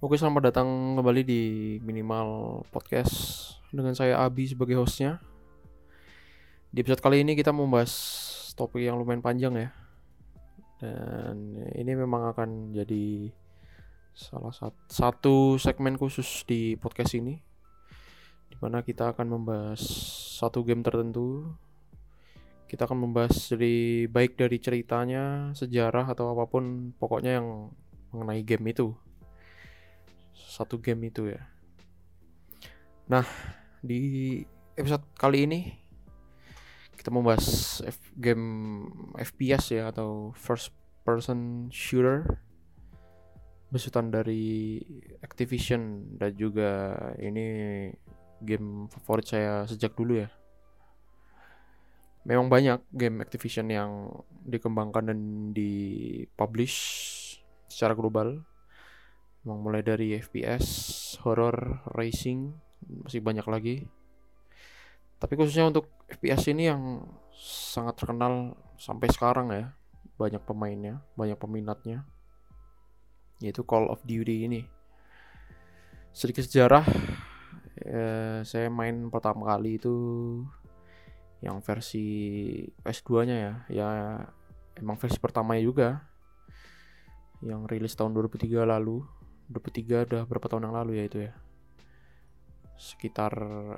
Oke, selamat datang kembali di Minimal Podcast dengan saya Abi sebagai hostnya. Di episode kali ini kita membahas topik yang lumayan panjang ya. Dan ini memang akan jadi salah satu segmen khusus di podcast ini, di mana kita akan membahas satu game tertentu. Kita akan membahas baik dari ceritanya, sejarah atau apapun, pokoknya yang mengenai game itu. Satu game itu ya. Nah, di episode kali ini kita membahas game FPS ya, atau first person shooter, besutan dari Activision, dan juga ini game favorit saya sejak dulu ya. Memang banyak game Activision yang dikembangkan dan dipublish secara global. Memang mulai dari FPS, horror, racing, masih banyak lagi. Tapi khususnya untuk FPS ini yang sangat terkenal sampai sekarang ya, banyak pemainnya, banyak peminatnya, yaitu Call of Duty ini. Sedikit sejarah, saya main pertama kali itu yang versi PS2-nya ya emang versi pertamanya juga, yang rilis tahun 2003 lalu. 2003 udah berapa tahun yang lalu ya itu ya, sekitar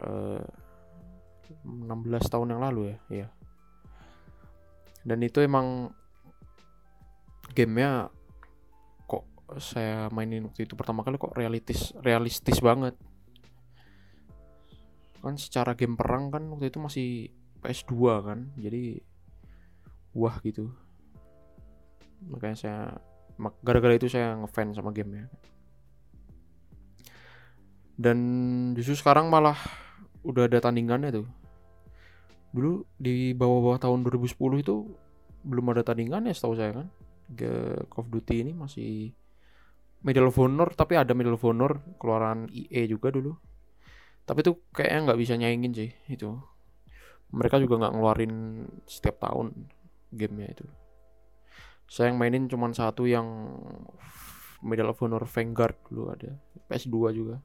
16 tahun yang lalu ya. Dan itu emang gamenya kok saya mainin waktu itu pertama kali kok realistis banget. Kan secara game perang kan waktu itu masih PS2 kan, jadi wah gitu. Makanya gara-gara itu saya ngefans sama gamenya. Dan justru sekarang malah udah ada tandingannya tuh. Dulu di bawah-bawah tahun 2010 itu belum ada tandingannya setahu saya kan. Call of Duty ini masih Medal of Honor, tapi ada Medal of Honor keluaran EA juga dulu. Tapi itu kayaknya nggak bisa nyaingin sih itu. Mereka juga nggak ngeluarin setiap tahun gamenya itu. Saya yang mainin cuma satu, yang Medal of Honor Vanguard dulu ada. PS2 juga.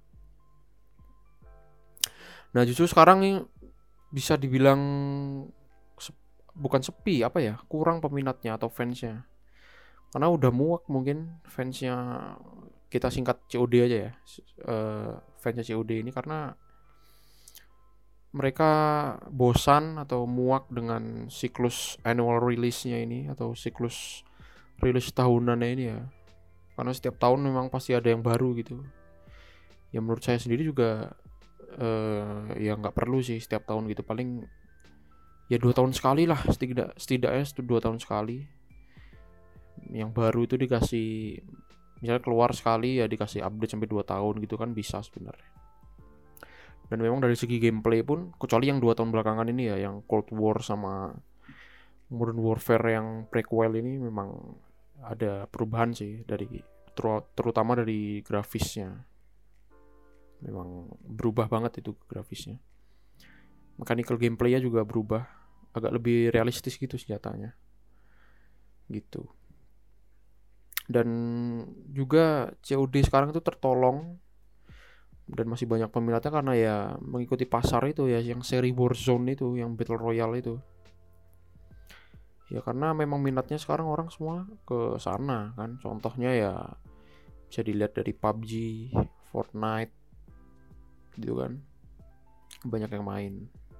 Nah justru sekarang ini bisa dibilang bukan sepi, apa ya, kurang peminatnya atau fansnya. Karena udah muak mungkin fansnya, kita singkat COD aja ya, fansnya COD ini, karena mereka bosan atau muak dengan siklus annual release-nya ini, atau siklus rilis tahunannya ini ya. Karena setiap tahun memang pasti ada yang baru gitu. Ya menurut saya sendiri juga ya nggak perlu sih setiap tahun gitu, paling ya 2 tahun sekali lah, setidaknya 2 tahun sekali. Yang baru itu dikasih, misalnya keluar sekali ya dikasih update sampai 2 tahun gitu kan, bisa sebenarnya. Dan memang dari segi gameplay pun, kecuali yang 2 tahun belakangan ini ya, yang Cold War sama Modern Warfare yang prequel ini, memang ada perubahan sih, dari terutama dari grafisnya. Memang berubah banget itu grafisnya. Mechanical gameplaynya juga berubah, agak lebih realistis gitu senjatanya gitu. Dan juga COD sekarang itu tertolong dan masih banyak peminatnya karena ya mengikuti pasar itu ya, yang seri Warzone itu, yang Battle Royale itu. Ya karena memang minatnya sekarang orang semua ke sana kan. Contohnya ya bisa dilihat dari PUBG, Fortnite gitu kan. Banyak yang main.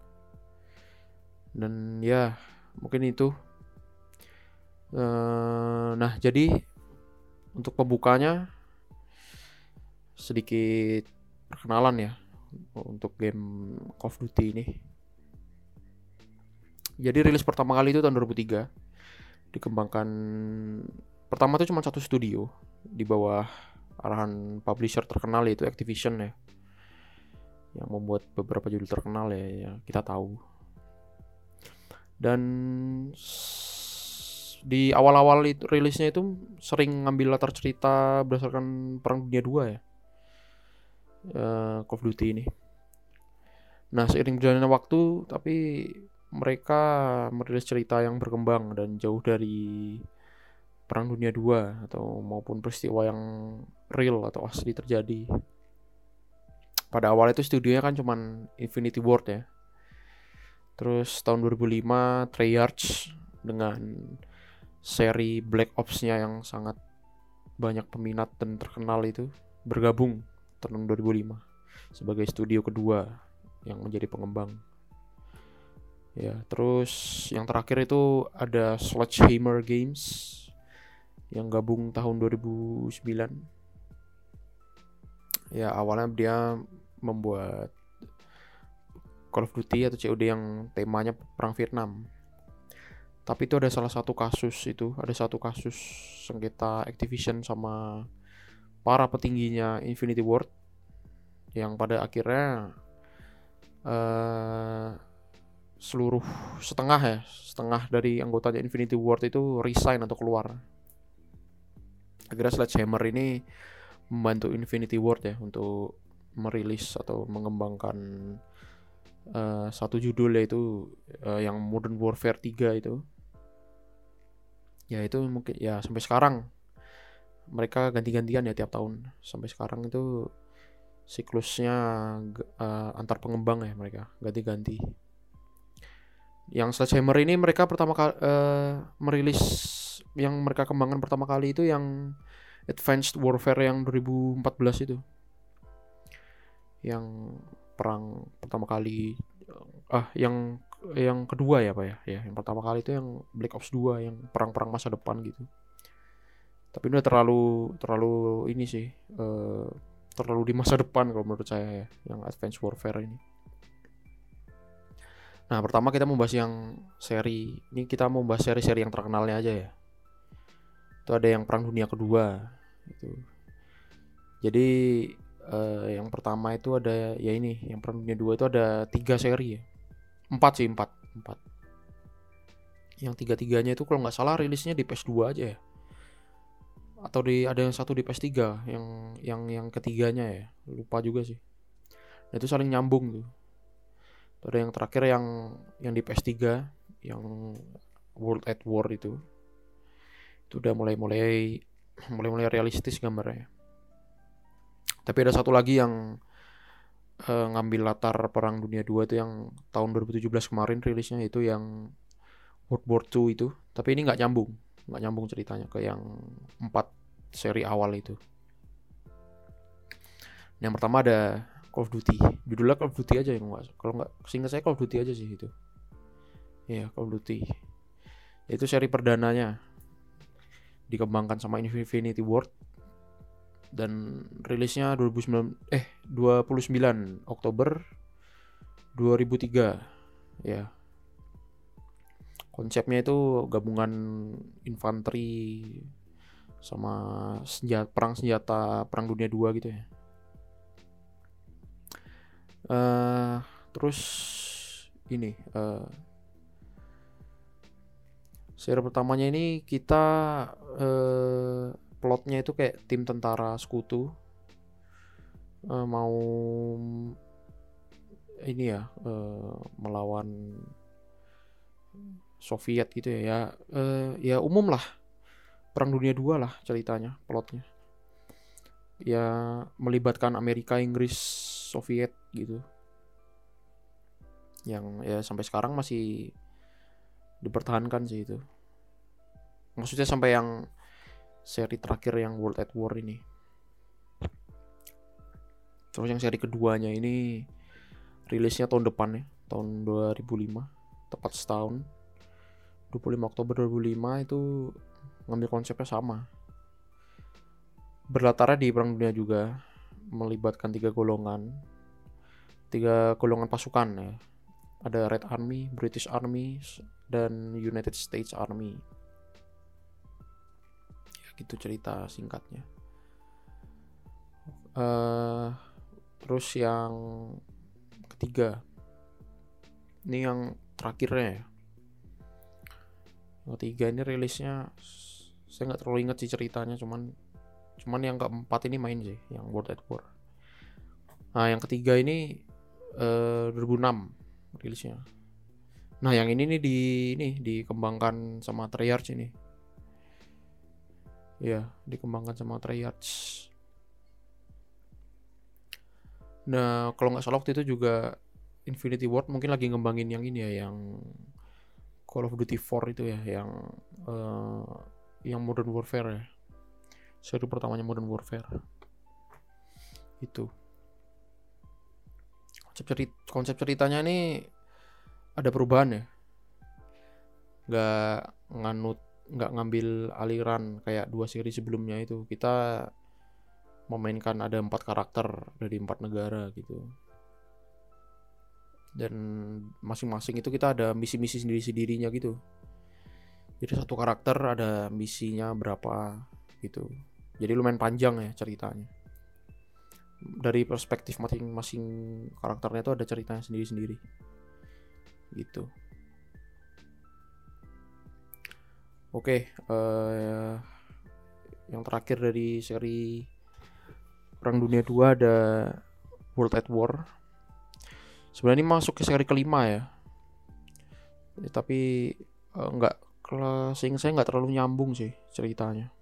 Dan ya mungkin itu. Nah jadi untuk pembukanya sedikit perkenalan ya untuk game Call of Duty ini. Jadi rilis pertama kali itu tahun 2003. Dikembangkan pertama itu cuma satu studio di bawah arahan publisher terkenal, yaitu Activision ya, yang membuat beberapa judul terkenal ya, yang kita tahu. Dan di awal-awal rilisnya itu sering ngambil latar cerita berdasarkan Perang Dunia 2 ya, Call of Duty ini. Nah seiring berjalannya waktu, tapi mereka merilis cerita yang berkembang dan jauh dari Perang Dunia 2 atau maupun peristiwa yang real atau asli terjadi. Pada awal itu studionya kan cuman Infinity Ward ya. Terus tahun 2005 Treyarch dengan seri Black Ops-nya yang sangat banyak peminat dan terkenal itu bergabung tahun 2005 sebagai studio kedua yang menjadi pengembang. Ya, terus yang terakhir itu ada Sledgehammer Games yang gabung tahun 2009. Ya, awalnya dia membuat Call of Duty atau COD yang temanya perang Vietnam. Tapi itu ada satu kasus sengketa Activision sama para petingginya Infinity Ward yang pada akhirnya setengah dari anggotanya Infinity Ward itu resign atau keluar. Akhirnya Sledgehammer ini membantu Infinity Ward ya untuk merilis atau mengembangkan satu judul yaitu yang Modern Warfare 3 itu. Ya itu mungkin ya sampai sekarang mereka ganti-gantian ya tiap tahun. Sampai sekarang itu siklusnya antar pengembang ya mereka ganti-ganti. Yang Sledgehammer ini mereka pertama kali merilis yang mereka kembangkan pertama kali itu yang Advanced Warfare yang 2014 itu. Yang perang pertama kali yang kedua ya Pak ya. Ya, yang pertama kali itu yang Black Ops 2 yang perang-perang masa depan gitu. Tapi ini udah terlalu ini sih terlalu di masa depan kalau menurut saya ya, yang Advanced Warfare ini. Nah, pertama kita mau bahas yang seri. Ini kita mau bahas seri-seri yang terkenalnya aja ya. Itu ada yang Perang Dunia Kedua gitu. Jadi yang pertama itu ada ya ini, yang Perang Dunia 2 itu ada 3 seri ya. 4. Yang 3-3-nya itu kalau nggak salah rilisnya di PS2 aja ya. Atau ada yang satu di PS3 yang ketiganya ya. Lupa juga sih. Nah, itu saling nyambung tuh. Ada yang terakhir yang di PS3 yang World at War itu udah mulai realistis gambarnya. Tapi ada satu lagi yang ngambil latar Perang Dunia 2 itu yang tahun 2017 kemarin rilisnya, itu yang World War 2 itu. Tapi ini nggak nyambung ceritanya ke yang 4 seri awal itu. Yang pertama ada Call of Duty. Judulnya Call of Duty aja ya, kalau nggak seingat saya Call of Duty aja sih itu. Iya, Call of Duty. Itu seri perdananya dikembangkan sama Infinity Ward dan rilisnya 29 Oktober 2003 ya. Konsepnya itu gabungan infanteri sama perang senjata Perang Dunia 2 gitu ya. Terus ini seri pertamanya ini kita plotnya itu kayak tim tentara sekutu mau ini ya melawan Soviet gitu ya. Ya umum lah Perang Dunia 2 lah ceritanya, plotnya. Ya melibatkan Amerika, Inggris, Soviet gitu. Yang ya sampai sekarang masih dipertahankan sih itu. Maksudnya sampai yang seri terakhir yang World at War ini. Terus yang seri keduanya ini rilisnya tahun depan ya, tahun 2005, tepat setahun. 25 Oktober 2005 itu ngambil konsepnya sama. Berlatarnya di Perang Dunia juga, melibatkan 3 golongan pasukan ya. Ada Red Army, British Army, dan United States Army. Ya gitu cerita singkatnya. Terus yang ketiga, ini yang terakhirnya ya. Yang ketiga ini rilisnya saya nggak terlalu ingat sih ceritanya, cuman yang keempat ini main sih, yang World at War. Nah yang ketiga ini 2006 rilisnya. Nah yang ini nih dikembangkan sama Treyarch ini. Ya dikembangkan sama Treyarch. Nah, kalau nggak salah waktu itu juga Infinity Ward mungkin lagi ngembangin yang ini ya, yang Call of Duty 4 itu ya, eh, yang Modern Warfare ya, seri pertamanya Modern Warfare itu. Konsep ceritanya ini ada perubahan ya, nggak nganut nggak ngambil aliran kayak 2 seri sebelumnya itu. Kita memainkan ada 4 karakter dari 4 negara gitu, dan masing-masing itu kita ada misi-misi sendiri-sendirinya gitu. Jadi satu karakter ada misinya berapa gitu. Jadi lumayan panjang ya ceritanya. Dari perspektif masing-masing karakternya itu ada ceritanya sendiri-sendiri gitu. Oke, yang terakhir dari seri Perang Dunia 2 ada World at War. Sebenarnya ini masuk ke seri kelima ya. Tapi nggak, seingat saya nggak terlalu nyambung sih ceritanya.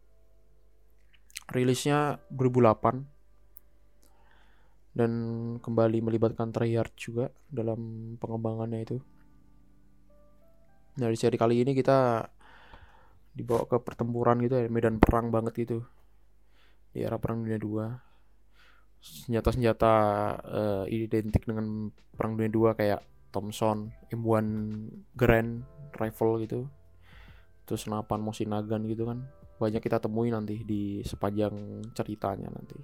Rilisnya 2008 dan kembali melibatkan Treyarch juga dalam pengembangannya itu. Nah, di seri kali ini kita dibawa ke pertempuran gitu ya, medan perang banget gitu di era Perang Dunia 2. Senjata-senjata identik dengan Perang Dunia 2 kayak Thompson, M1 Garand rifle gitu, terus senapan Mosin Nagant gitu kan, banyak kita temui nanti di sepanjang ceritanya nanti.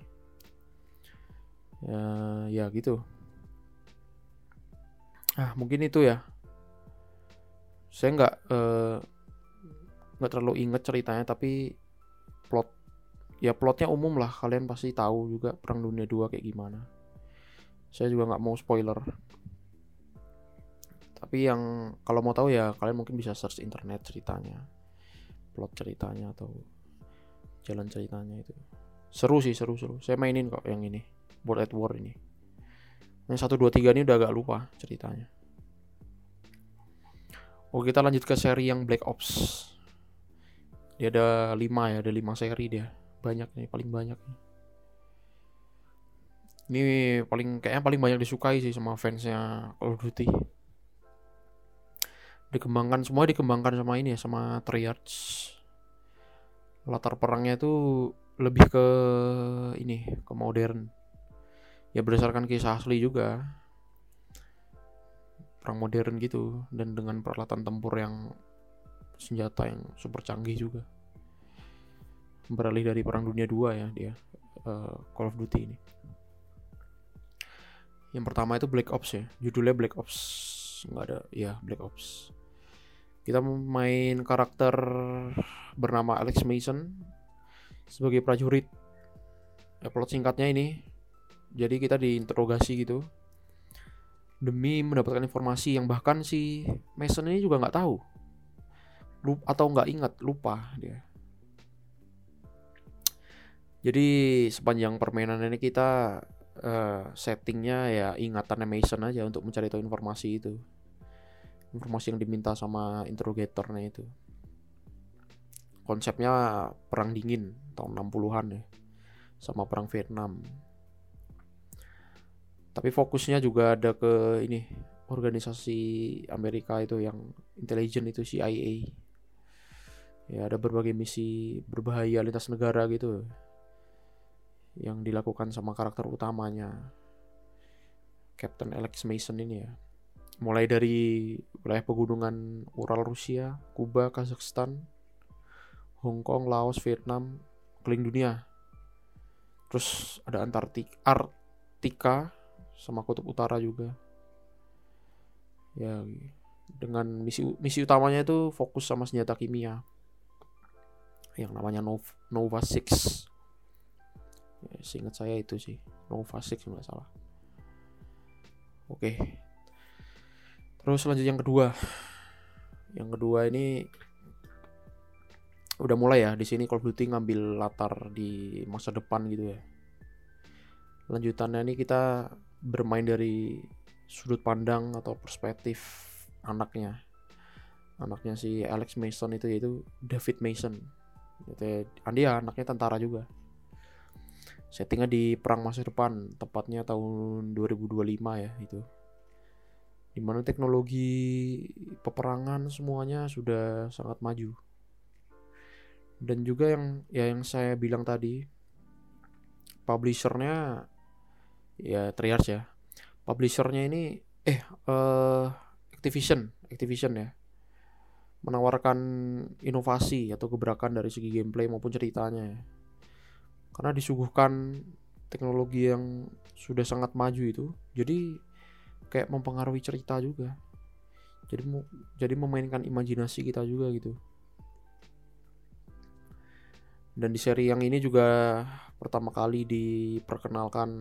Ya gitu. Mungkin itu ya. Saya nggak terlalu inget ceritanya, tapi plotnya umum lah, kalian pasti tahu juga Perang Dunia 2 kayak gimana. Saya juga nggak mau spoiler. Tapi yang kalau mau tahu ya kalian mungkin bisa search internet ceritanya, plot ceritanya atau jalan ceritanya itu. Seru sih, seru. Saya mainin kok yang ini, World at War ini. Yang 1, 2, 3 ini udah agak lupa ceritanya. Kita lanjut ke seri yang Black Ops. Dia ada 5 ya, ada 5 seri dia. Banyak nih, paling banyak nih. Ini kayaknya paling banyak disukai sih sama fansnya Call of Duty. Semua dikembangkan sama ini ya, sama Treyarch. Latar perangnya itu lebih ke ini, ke modern. Ya berdasarkan kisah asli juga. Perang modern gitu, dan dengan peralatan tempur yang senjata yang super canggih juga. Beralih dari Perang Dunia 2 ya dia, Call of Duty ini. Yang pertama itu Black Ops ya, judulnya Black Ops, nggak ada ya, Black Ops. Kita main karakter bernama Alex Mason sebagai prajurit. Plot singkatnya ini, jadi kita diinterogasi gitu demi mendapatkan informasi yang bahkan si Mason ini juga nggak tahu, atau nggak ingat, lupa dia. Jadi sepanjang permainan ini kita settingnya ya ingatannya Mason aja untuk mencari tahu informasi itu, informasi yang diminta sama interrogatornya itu. Konsepnya perang dingin tahun 60-an ya, sama perang Vietnam. Tapi fokusnya juga ada ke ini, organisasi Amerika itu yang intelijen itu, CIA. Ya ada berbagai misi berbahaya lintas negara gitu yang dilakukan sama karakter utamanya, Captain Alex Mason ini ya. Mulai dari wilayah pegunungan Ural Rusia, Kuba, Kazakhstan, Hong Kong, Laos, Vietnam, keliling dunia. Terus ada Arktika sama Kutub Utara juga. Ya, dengan misi utamanya itu fokus sama senjata kimia yang namanya Nova 6. Ya, seingat saya itu sih, Nova 6 nggak salah. Oke. Terus lanjut yang kedua. Yang kedua ini udah mulai ya, di sini Call of Duty ngambil latar di masa depan gitu ya. Lanjutannya ini kita bermain dari sudut pandang atau perspektif anaknya si Alex Mason itu, yaitu David Mason. Dia anaknya tentara juga. Settingnya di perang masa depan, tepatnya tahun 2025 ya itu. Dimana teknologi peperangan semuanya sudah sangat maju. Dan juga yang saya bilang tadi, publishernya ya Treyarch ya. Publishernya ini Activision ya, menawarkan inovasi atau gebrakan dari segi gameplay maupun ceritanya ya. Karena disuguhkan teknologi yang sudah sangat maju itu, jadi kayak mempengaruhi cerita juga. Jadi memainkan imajinasi kita juga gitu. Dan di seri yang ini juga pertama kali diperkenalkan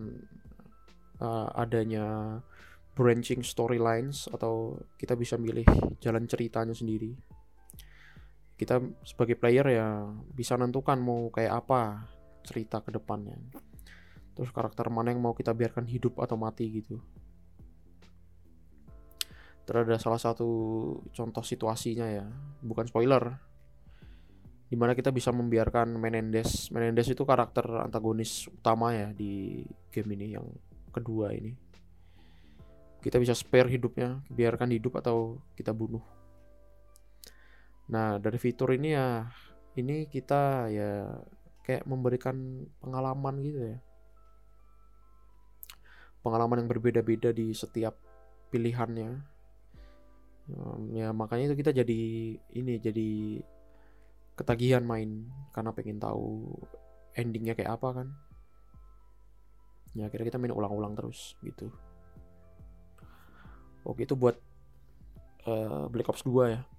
adanya branching storylines, atau kita bisa milih jalan ceritanya sendiri. Kita sebagai player ya bisa nentukan mau kayak apa cerita ke depannya. Terus karakter mana yang mau kita biarkan hidup atau mati gitu. Terus ada salah satu contoh situasinya ya, bukan spoiler, dimana kita bisa membiarkan Menendez itu karakter antagonis utama ya di game ini yang kedua ini. Kita bisa spare hidupnya, biarkan hidup atau kita bunuh. Nah dari fitur ini ya, ini kita ya kayak memberikan pengalaman gitu ya, pengalaman yang berbeda-beda di setiap pilihannya. Ya makanya itu kita jadi ketagihan main karena pengen tahu endingnya kayak apa kan. Ya akhirnya kita main ulang-ulang terus gitu. Oke, itu buat Black Ops 2 ya.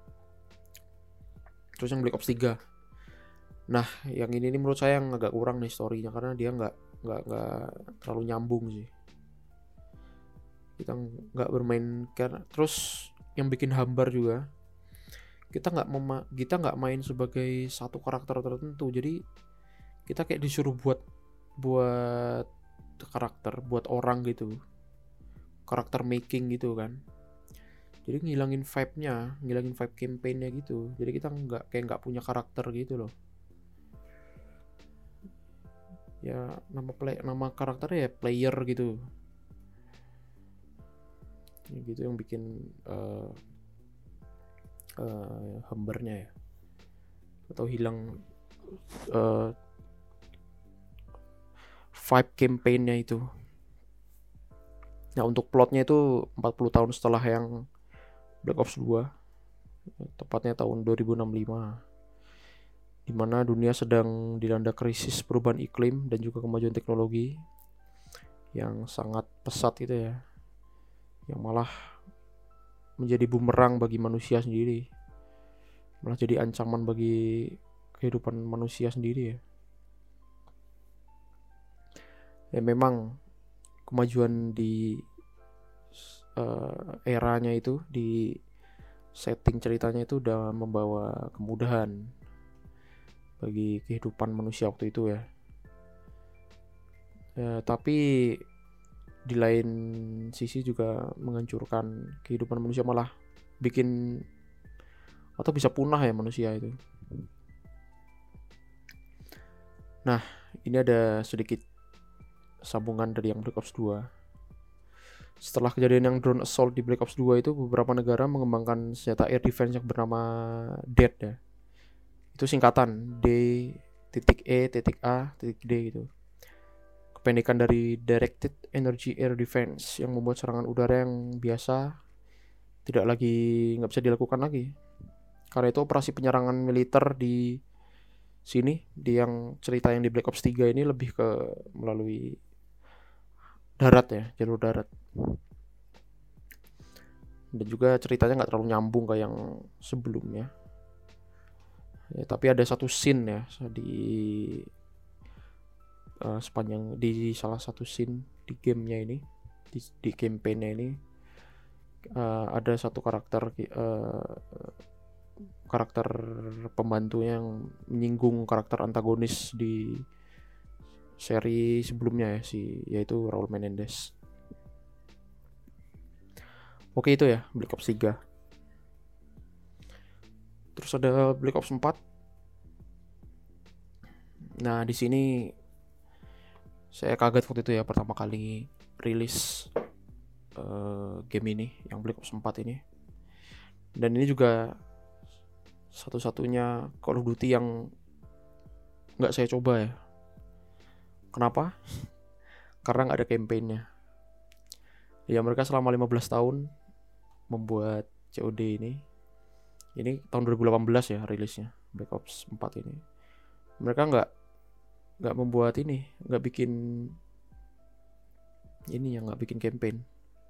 Terus yang Black Ops 3. Nah, yang ini nih menurut saya yang agak kurang nih story-nya, karena dia nggak terlalu nyambung sih. Kita nggak bermain karena terus yang bikin hambar juga, kita nggak main sebagai satu karakter tertentu. Jadi kita kayak disuruh buat karakter, buat orang gitu, karakter making gitu kan. Jadi ngilangin vibe campaign-nya gitu. Jadi kita nggak punya karakter gitu loh. Ya nama karakternya ya player gitu. Ya, gitu yang bikin hambarnya ya, atau hilang vibe campaign-nya itu. Nah untuk plotnya itu 40 tahun setelah yang Black Ops 2, tepatnya tahun 2065, di mana dunia sedang dilanda krisis perubahan iklim dan juga kemajuan teknologi yang sangat pesat gitu ya, yang malah menjadi bumerang bagi manusia sendiri, malah jadi ancaman bagi kehidupan manusia sendiri ya. Ya memang kemajuan di eranya itu, di setting ceritanya itu udah membawa kemudahan bagi kehidupan manusia waktu itu ya. Tapi di lain sisi juga menghancurkan kehidupan manusia, malah bikin atau bisa punah ya manusia itu. Nah, ini ada sedikit sambungan dari yang Black Ops 2. Setelah kejadian yang drone assault di Black Ops 2 itu, beberapa negara mengembangkan senjata air defense yang bernama DED ya. Itu singkatan D.E.A.D gitu. Kependekan dari Directed Energy Air Defense, yang membuat serangan udara yang biasa nggak bisa dilakukan lagi. Karena itu operasi penyerangan militer di sini, di yang cerita yang di Black Ops 3 ini lebih ke melalui darat ya, jalur darat. Dan juga ceritanya nggak terlalu nyambung kayak yang sebelumnya. Ya, tapi ada satu scene ya di di salah satu scene di gamenya ini, di campaignnya ini, ada satu karakter pembantunya yang menyinggung karakter antagonis di seri sebelumnya ya, yaitu Raul Menendez. Oke, itu ya Black Ops 3. Terus ada Black Ops 4. Nah, di sini Saya kaget waktu itu ya pertama kali rilis game ini yang Black Ops 4 ini. Dan ini juga satu-satunya Call of Duty yang nggak saya coba ya. Kenapa? Karena nggak ada campaign-nya. Ya mereka selama 15 tahun membuat COD ini. Ini tahun 2018 ya rilisnya Black Ops 4 ini. Mereka nggak membuat ini, nggak bikin ini, yang nggak bikin campaign.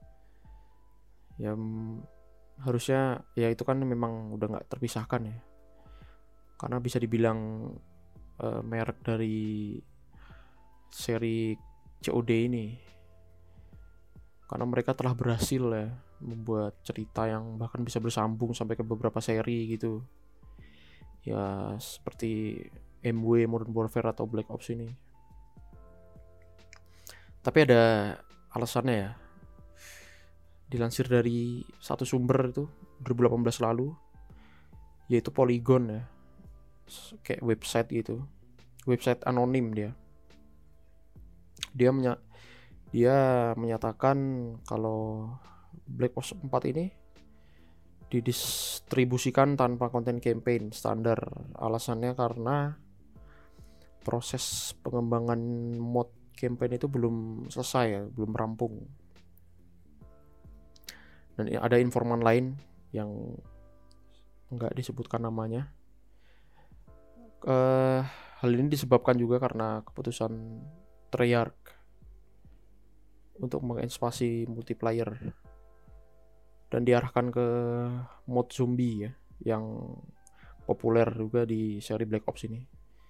Ya harusnya ya itu kan memang udah nggak terpisahkan ya. Karena bisa dibilang merek dari seri COD ini. Karena mereka telah berhasil ya membuat cerita yang bahkan bisa bersambung sampai ke beberapa seri gitu. Ya seperti MW, Modern Warfare atau Black Ops ini. Tapi ada alasannya ya. Dilansir dari satu sumber itu 2018 lalu, yaitu Polygon ya. Kayak website gitu. Website anonim dia. Dia menyatakan kalau Black Ops 4 ini didistribusikan tanpa konten campaign standar. Alasannya karena proses pengembangan mod campaign itu belum selesai ya, belum rampung. Dan ada informan lain yang nggak disebutkan namanya. Hal ini disebabkan juga karena keputusan Treyarch untuk mengekspansi multiplayer dan diarahkan ke mod zombie ya, yang populer juga di seri Black Ops ini.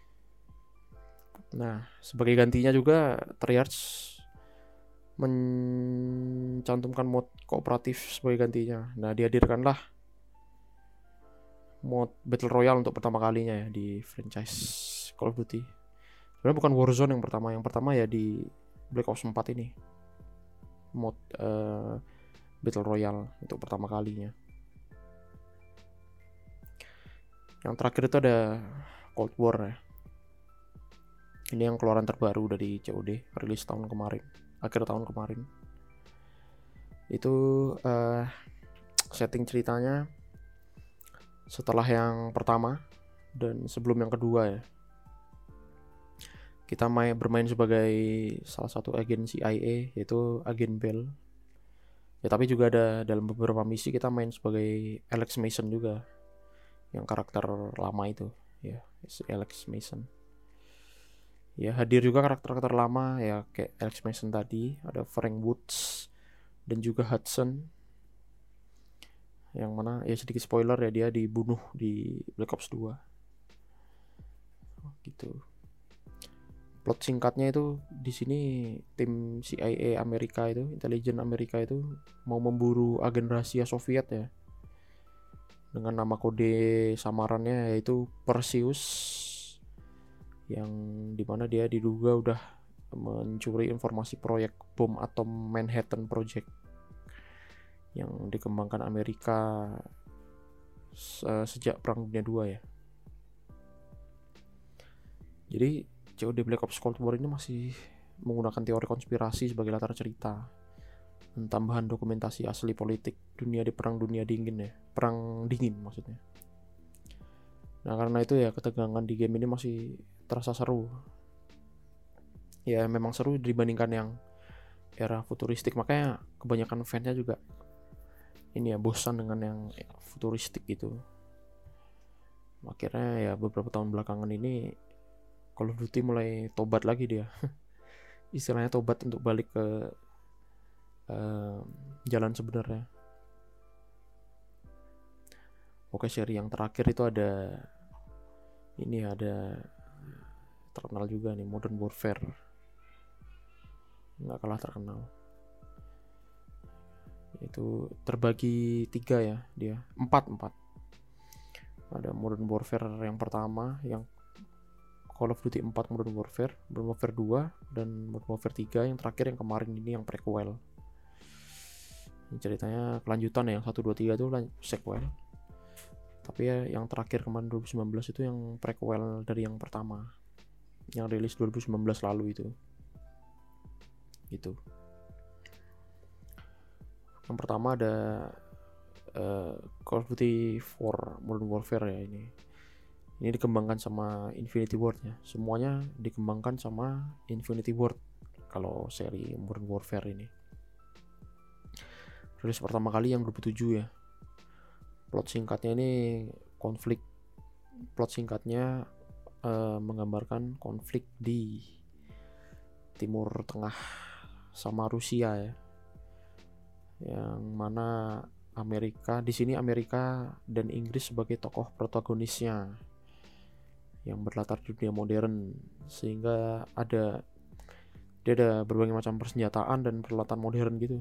Nah, sebagai gantinya juga Treyarch mencantumkan mod kooperatif sebagai gantinya. Nah, dihadirkanlah mod Battle Royale untuk pertama kalinya ya di franchise Call of Duty. Sebenarnya bukan Warzone yang pertama ya di Black Ops 4 ini. Mod Battle Royale untuk pertama kalinya. Yang terakhir itu ada Cold War ya. Ini yang keluaran terbaru dari COD, rilis tahun kemarin, akhir tahun kemarin. Itu setting ceritanya setelah yang pertama dan sebelum yang kedua ya. Kita bermain sebagai salah satu agen CIA, yaitu agen Bell. Ya tapi juga ada dalam beberapa misi kita main sebagai Alex Mason juga, yang karakter lama itu ya, si Alex Mason. Ya hadir juga karakter-karakter lama ya, kayak Alex Mason tadi, ada Frank Woods dan juga Hudson, yang mana ya sedikit spoiler ya, dia dibunuh di Black Ops 2 gitu. Plot singkatnya itu di sini tim CIA Amerika itu, intelijen Amerika itu mau memburu agen rahasia Soviet ya, dengan nama kode samarannya yaitu Perseus, yang dimana dia diduga udah mencuri informasi proyek bom atom Manhattan Project yang dikembangkan Amerika sejak Perang Dunia II ya. Jadi COD Black Ops Cold War ini masih menggunakan teori konspirasi sebagai latar cerita dan tambahan dokumentasi asli politik dunia di Perang Dunia Dingin ya, Perang Dingin maksudnya. Nah karena itu ya ketegangan di game ini masih terasa seru. Ya memang seru dibandingkan yang era futuristik, makanya kebanyakan fansnya juga ini ya bosan dengan yang futuristik gitu. Akhirnya ya beberapa tahun belakangan ini Call of Duty mulai tobat lagi dia. Istilahnya tobat untuk balik ke jalan sebenarnya. Oke, seri yang terakhir itu ada ini, ada terkenal juga nih, Modern Warfare. Nggak kalah terkenal. Itu terbagi 3 ya dia, 4. Ada Modern Warfare yang pertama, yang Call of Duty 4 Modern Warfare 2, dan Modern Warfare 3 yang terakhir yang kemarin ini yang prequel. Ini ceritanya kelanjutan ya, yang 1, 2, 3 itu sequel. Tapi ya yang terakhir kemarin 2019 itu yang prequel dari yang pertama, yang rilis 2019 lalu itu. gitu. Yang pertama ada Call of Duty 4 Modern Warfare ya ini. Ini dikembangkan sama Infinity Ward ya. Semuanya dikembangkan sama Infinity Ward kalau seri Modern Warfare ini. Rilis pertama kali yang 2007 ya. Plot singkatnya ini plot singkatnya menggambarkan konflik di Timur Tengah sama Rusia ya. Yang mana di sini Amerika dan Inggris sebagai tokoh protagonisnya yang berlatar di dunia modern, sehingga dia ada berbagai macam persenjataan dan peralatan modern gitu.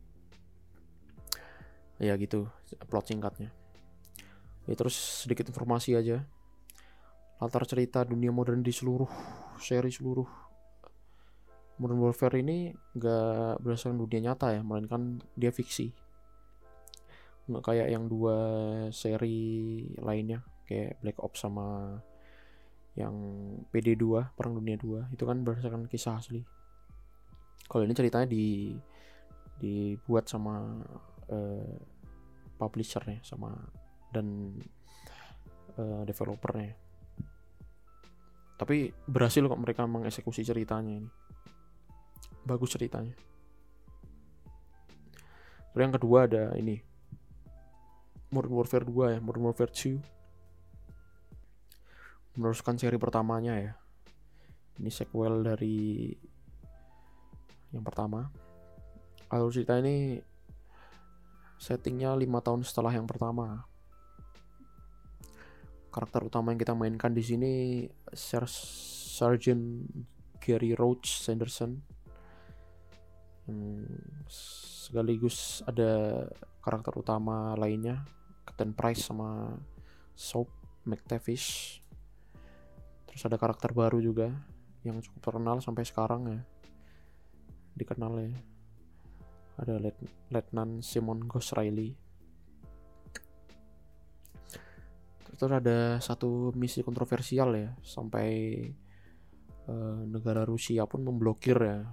Ya gitu plot singkatnya. Ya terus sedikit informasi aja. Latar cerita dunia modern di seluruh Modern Warfare ini gak berdasarkan dunia nyata ya, melainkan dia fiksi. Nggak kayak yang 2 seri lainnya kayak Black Ops sama yang PD2 Perang Dunia 2 itu kan berdasarkan kisah asli. Kalau ini ceritanya dibuat sama publishernya sama dan developernya. Tapi berhasil kok mereka mengeksekusi ceritanya ini. Bagus ceritanya. Terus yang kedua ada ini Modern Warfare 2 ya, Modern Warfare 2. Meneruskan seri pertamanya ya. Ini sequel dari yang pertama. Alur cerita ini settingnya 5 tahun setelah yang pertama. Karakter utama yang kita mainkan di sini Sergeant Gary Roach Sanderson. Sekaligus ada karakter utama lainnya, Captain Price sama Soap McTavish. Terus ada karakter baru juga yang cukup terkenal sampai sekarang ya, dikenal ya. Ada Letnan Simon Ghost Riley. Terus ada satu misi kontroversial ya, sampai negara Rusia pun memblokir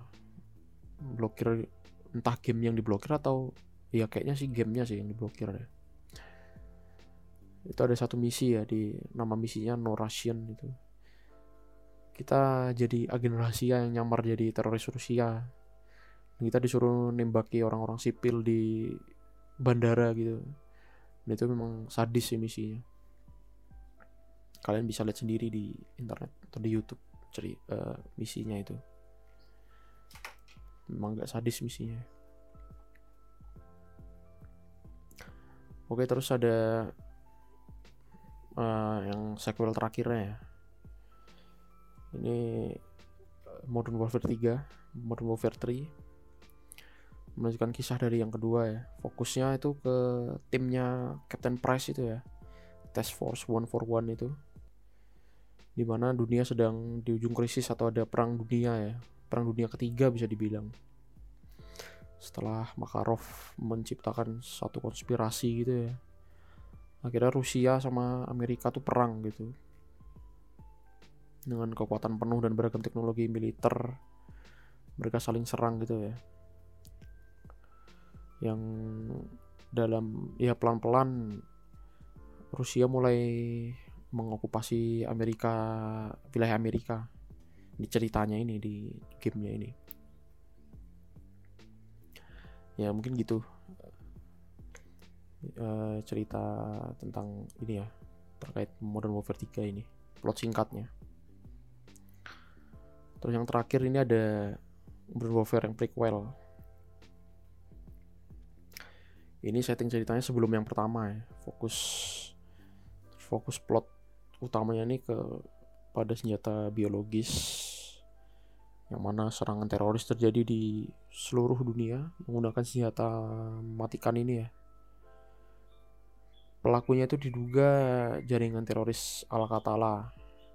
entah game yang diblokir atau ya kayaknya sih gamenya sih yang diblokir ya. Itu ada satu misi ya, nama misinya No Russian itu. Kita jadi agen rahasia yang nyamar jadi teroris Rusia. Kita disuruh nembaki orang-orang sipil di bandara gitu. Dan itu memang sadis sih misinya. Kalian bisa lihat sendiri di internet atau di YouTube misinya itu. Memang gak sadis misinya. Oke, terus ada yang sequel terakhirnya ya. Ini Modern Warfare 3, Modern Warfare 3. Melanjutkan kisah dari yang kedua ya. Fokusnya itu ke timnya Captain Price itu ya. Task Force 141 itu. Dimana dunia sedang di ujung krisis atau ada perang dunia ya. Perang dunia ketiga bisa dibilang. Setelah Makarov menciptakan satu konspirasi gitu ya. Akhirnya Rusia sama Amerika tuh perang gitu. Dengan kekuatan penuh dan beragam teknologi militer. Mereka saling serang gitu ya. Yang pelan-pelan Rusia mulai mengokupasi wilayah Amerika. Di ceritanya ini, di gamenya ini. Ya mungkin gitu cerita tentang ini ya, terkait Modern Warfare 3 ini, plot singkatnya. Terus yang terakhir ini ada Modern Warfare yang prequel. Ini setting ceritanya sebelum yang pertama ya. Fokus plot utamanya ini pada senjata biologis, yang mana serangan teroris terjadi di seluruh dunia menggunakan senjata mematikan ini ya. Pelakunya itu diduga jaringan teroris Al-Qatala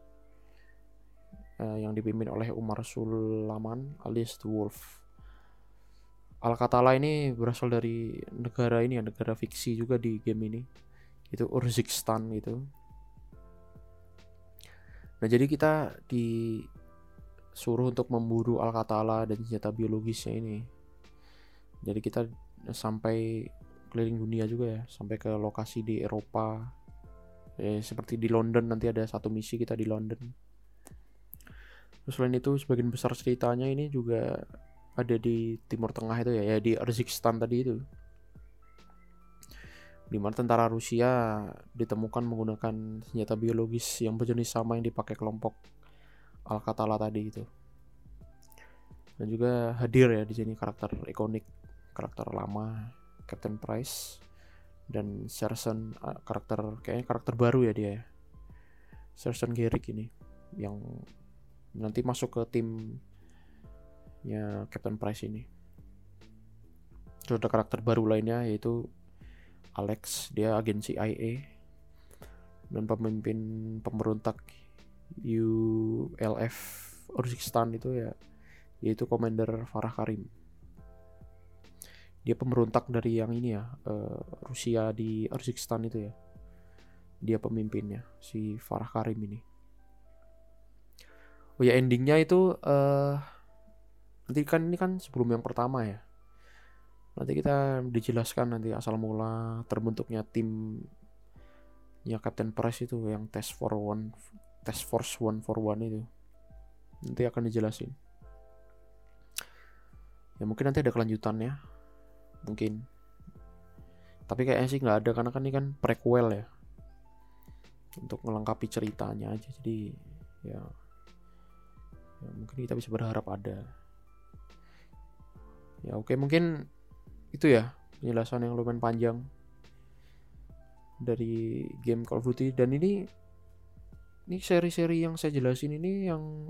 yang dipimpin oleh Umar Sulaiman alias The Wolf. Al-Qatala ini berasal dari negara fiksi juga di game ini. Itu Urzikstan gitu. Nah, jadi kita suruh untuk memburu Alcatala dan senjata biologisnya ini. Jadi kita sampai keliling dunia juga ya, sampai ke lokasi di Eropa. Seperti di London, nanti ada satu misi kita di London. Terus selain itu sebagian besar ceritanya ini juga ada di Timur Tengah itu ya di Urzikstan tadi itu. Di mana tentara Rusia ditemukan menggunakan senjata biologis yang berjenis sama yang dipakai kelompok Alcatala tadi itu. Dan juga hadir ya di sini karakter ikonik, karakter lama Captain Price dan Sergeant, kayaknya karakter baru ya dia. Sergeant Garrick ini yang nanti masuk ke timnya Captain Price ini. Terus ada karakter baru lainnya yaitu Alex, dia agen CIA dan pemimpin pemberontak ULF Urzikstan itu ya, yaitu Commander Farah Karim. Dia pemberontak dari yang ini ya, Rusia di Urzikstan itu ya. Dia pemimpinnya, si Farah Karim ini. Oh ya, endingnya itu nanti kan ini kan sebelum yang pertama ya. Nanti kita dijelaskan nanti asal mula terbentuknya timnya Captain Price itu yang Task Force 141 itu. Nanti akan dijelasin. Ya mungkin nanti ada kelanjutannya. Mungkin. Tapi kayaknya sih nggak ada karena kan ini kan prequel ya. Untuk melengkapi ceritanya aja. Jadi ya mungkin kita bisa berharap ada. Ya oke, mungkin itu ya penjelasan yang lumayan panjang dari game Call of Duty. Dan ini seri-seri yang saya jelasin ini yang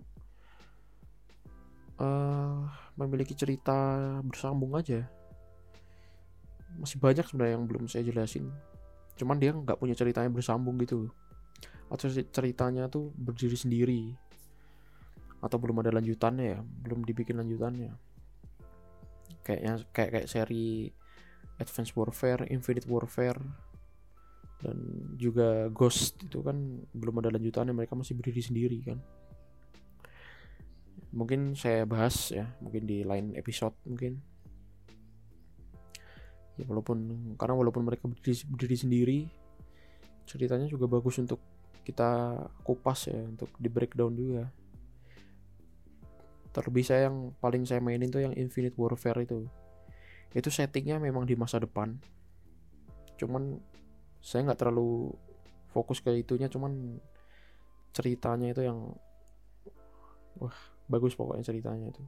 memiliki cerita bersambung aja. Masih banyak sebenarnya yang belum saya jelasin, cuman dia nggak punya ceritanya bersambung gitu, atau ceritanya tuh berdiri sendiri, atau belum ada lanjutannya ya, belum dibikin lanjutannya. Kayak seri Advanced Warfare, Infinite Warfare, dan juga Ghost itu kan belum ada lanjutannya, mereka masih berdiri sendiri kan. Mungkin saya bahas ya, mungkin di lain episode mungkin. Ya walaupun mereka berdiri sendiri, ceritanya juga bagus untuk kita kupas ya, untuk di breakdown juga. Terlebih yang paling saya mainin tuh yang Infinite Warfare itu settingnya memang di masa depan, cuman saya nggak terlalu fokus ke itunya, cuman ceritanya itu yang bagus pokoknya ceritanya itu.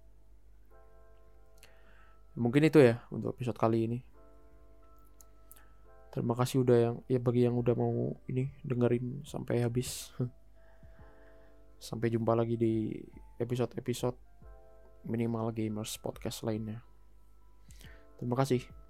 Mungkin itu ya untuk episode kali ini. Terima kasih bagi yang udah mau ini dengerin sampai habis. Sampai jumpa lagi di episode Minimal Gamers podcast lainnya. Terima kasih.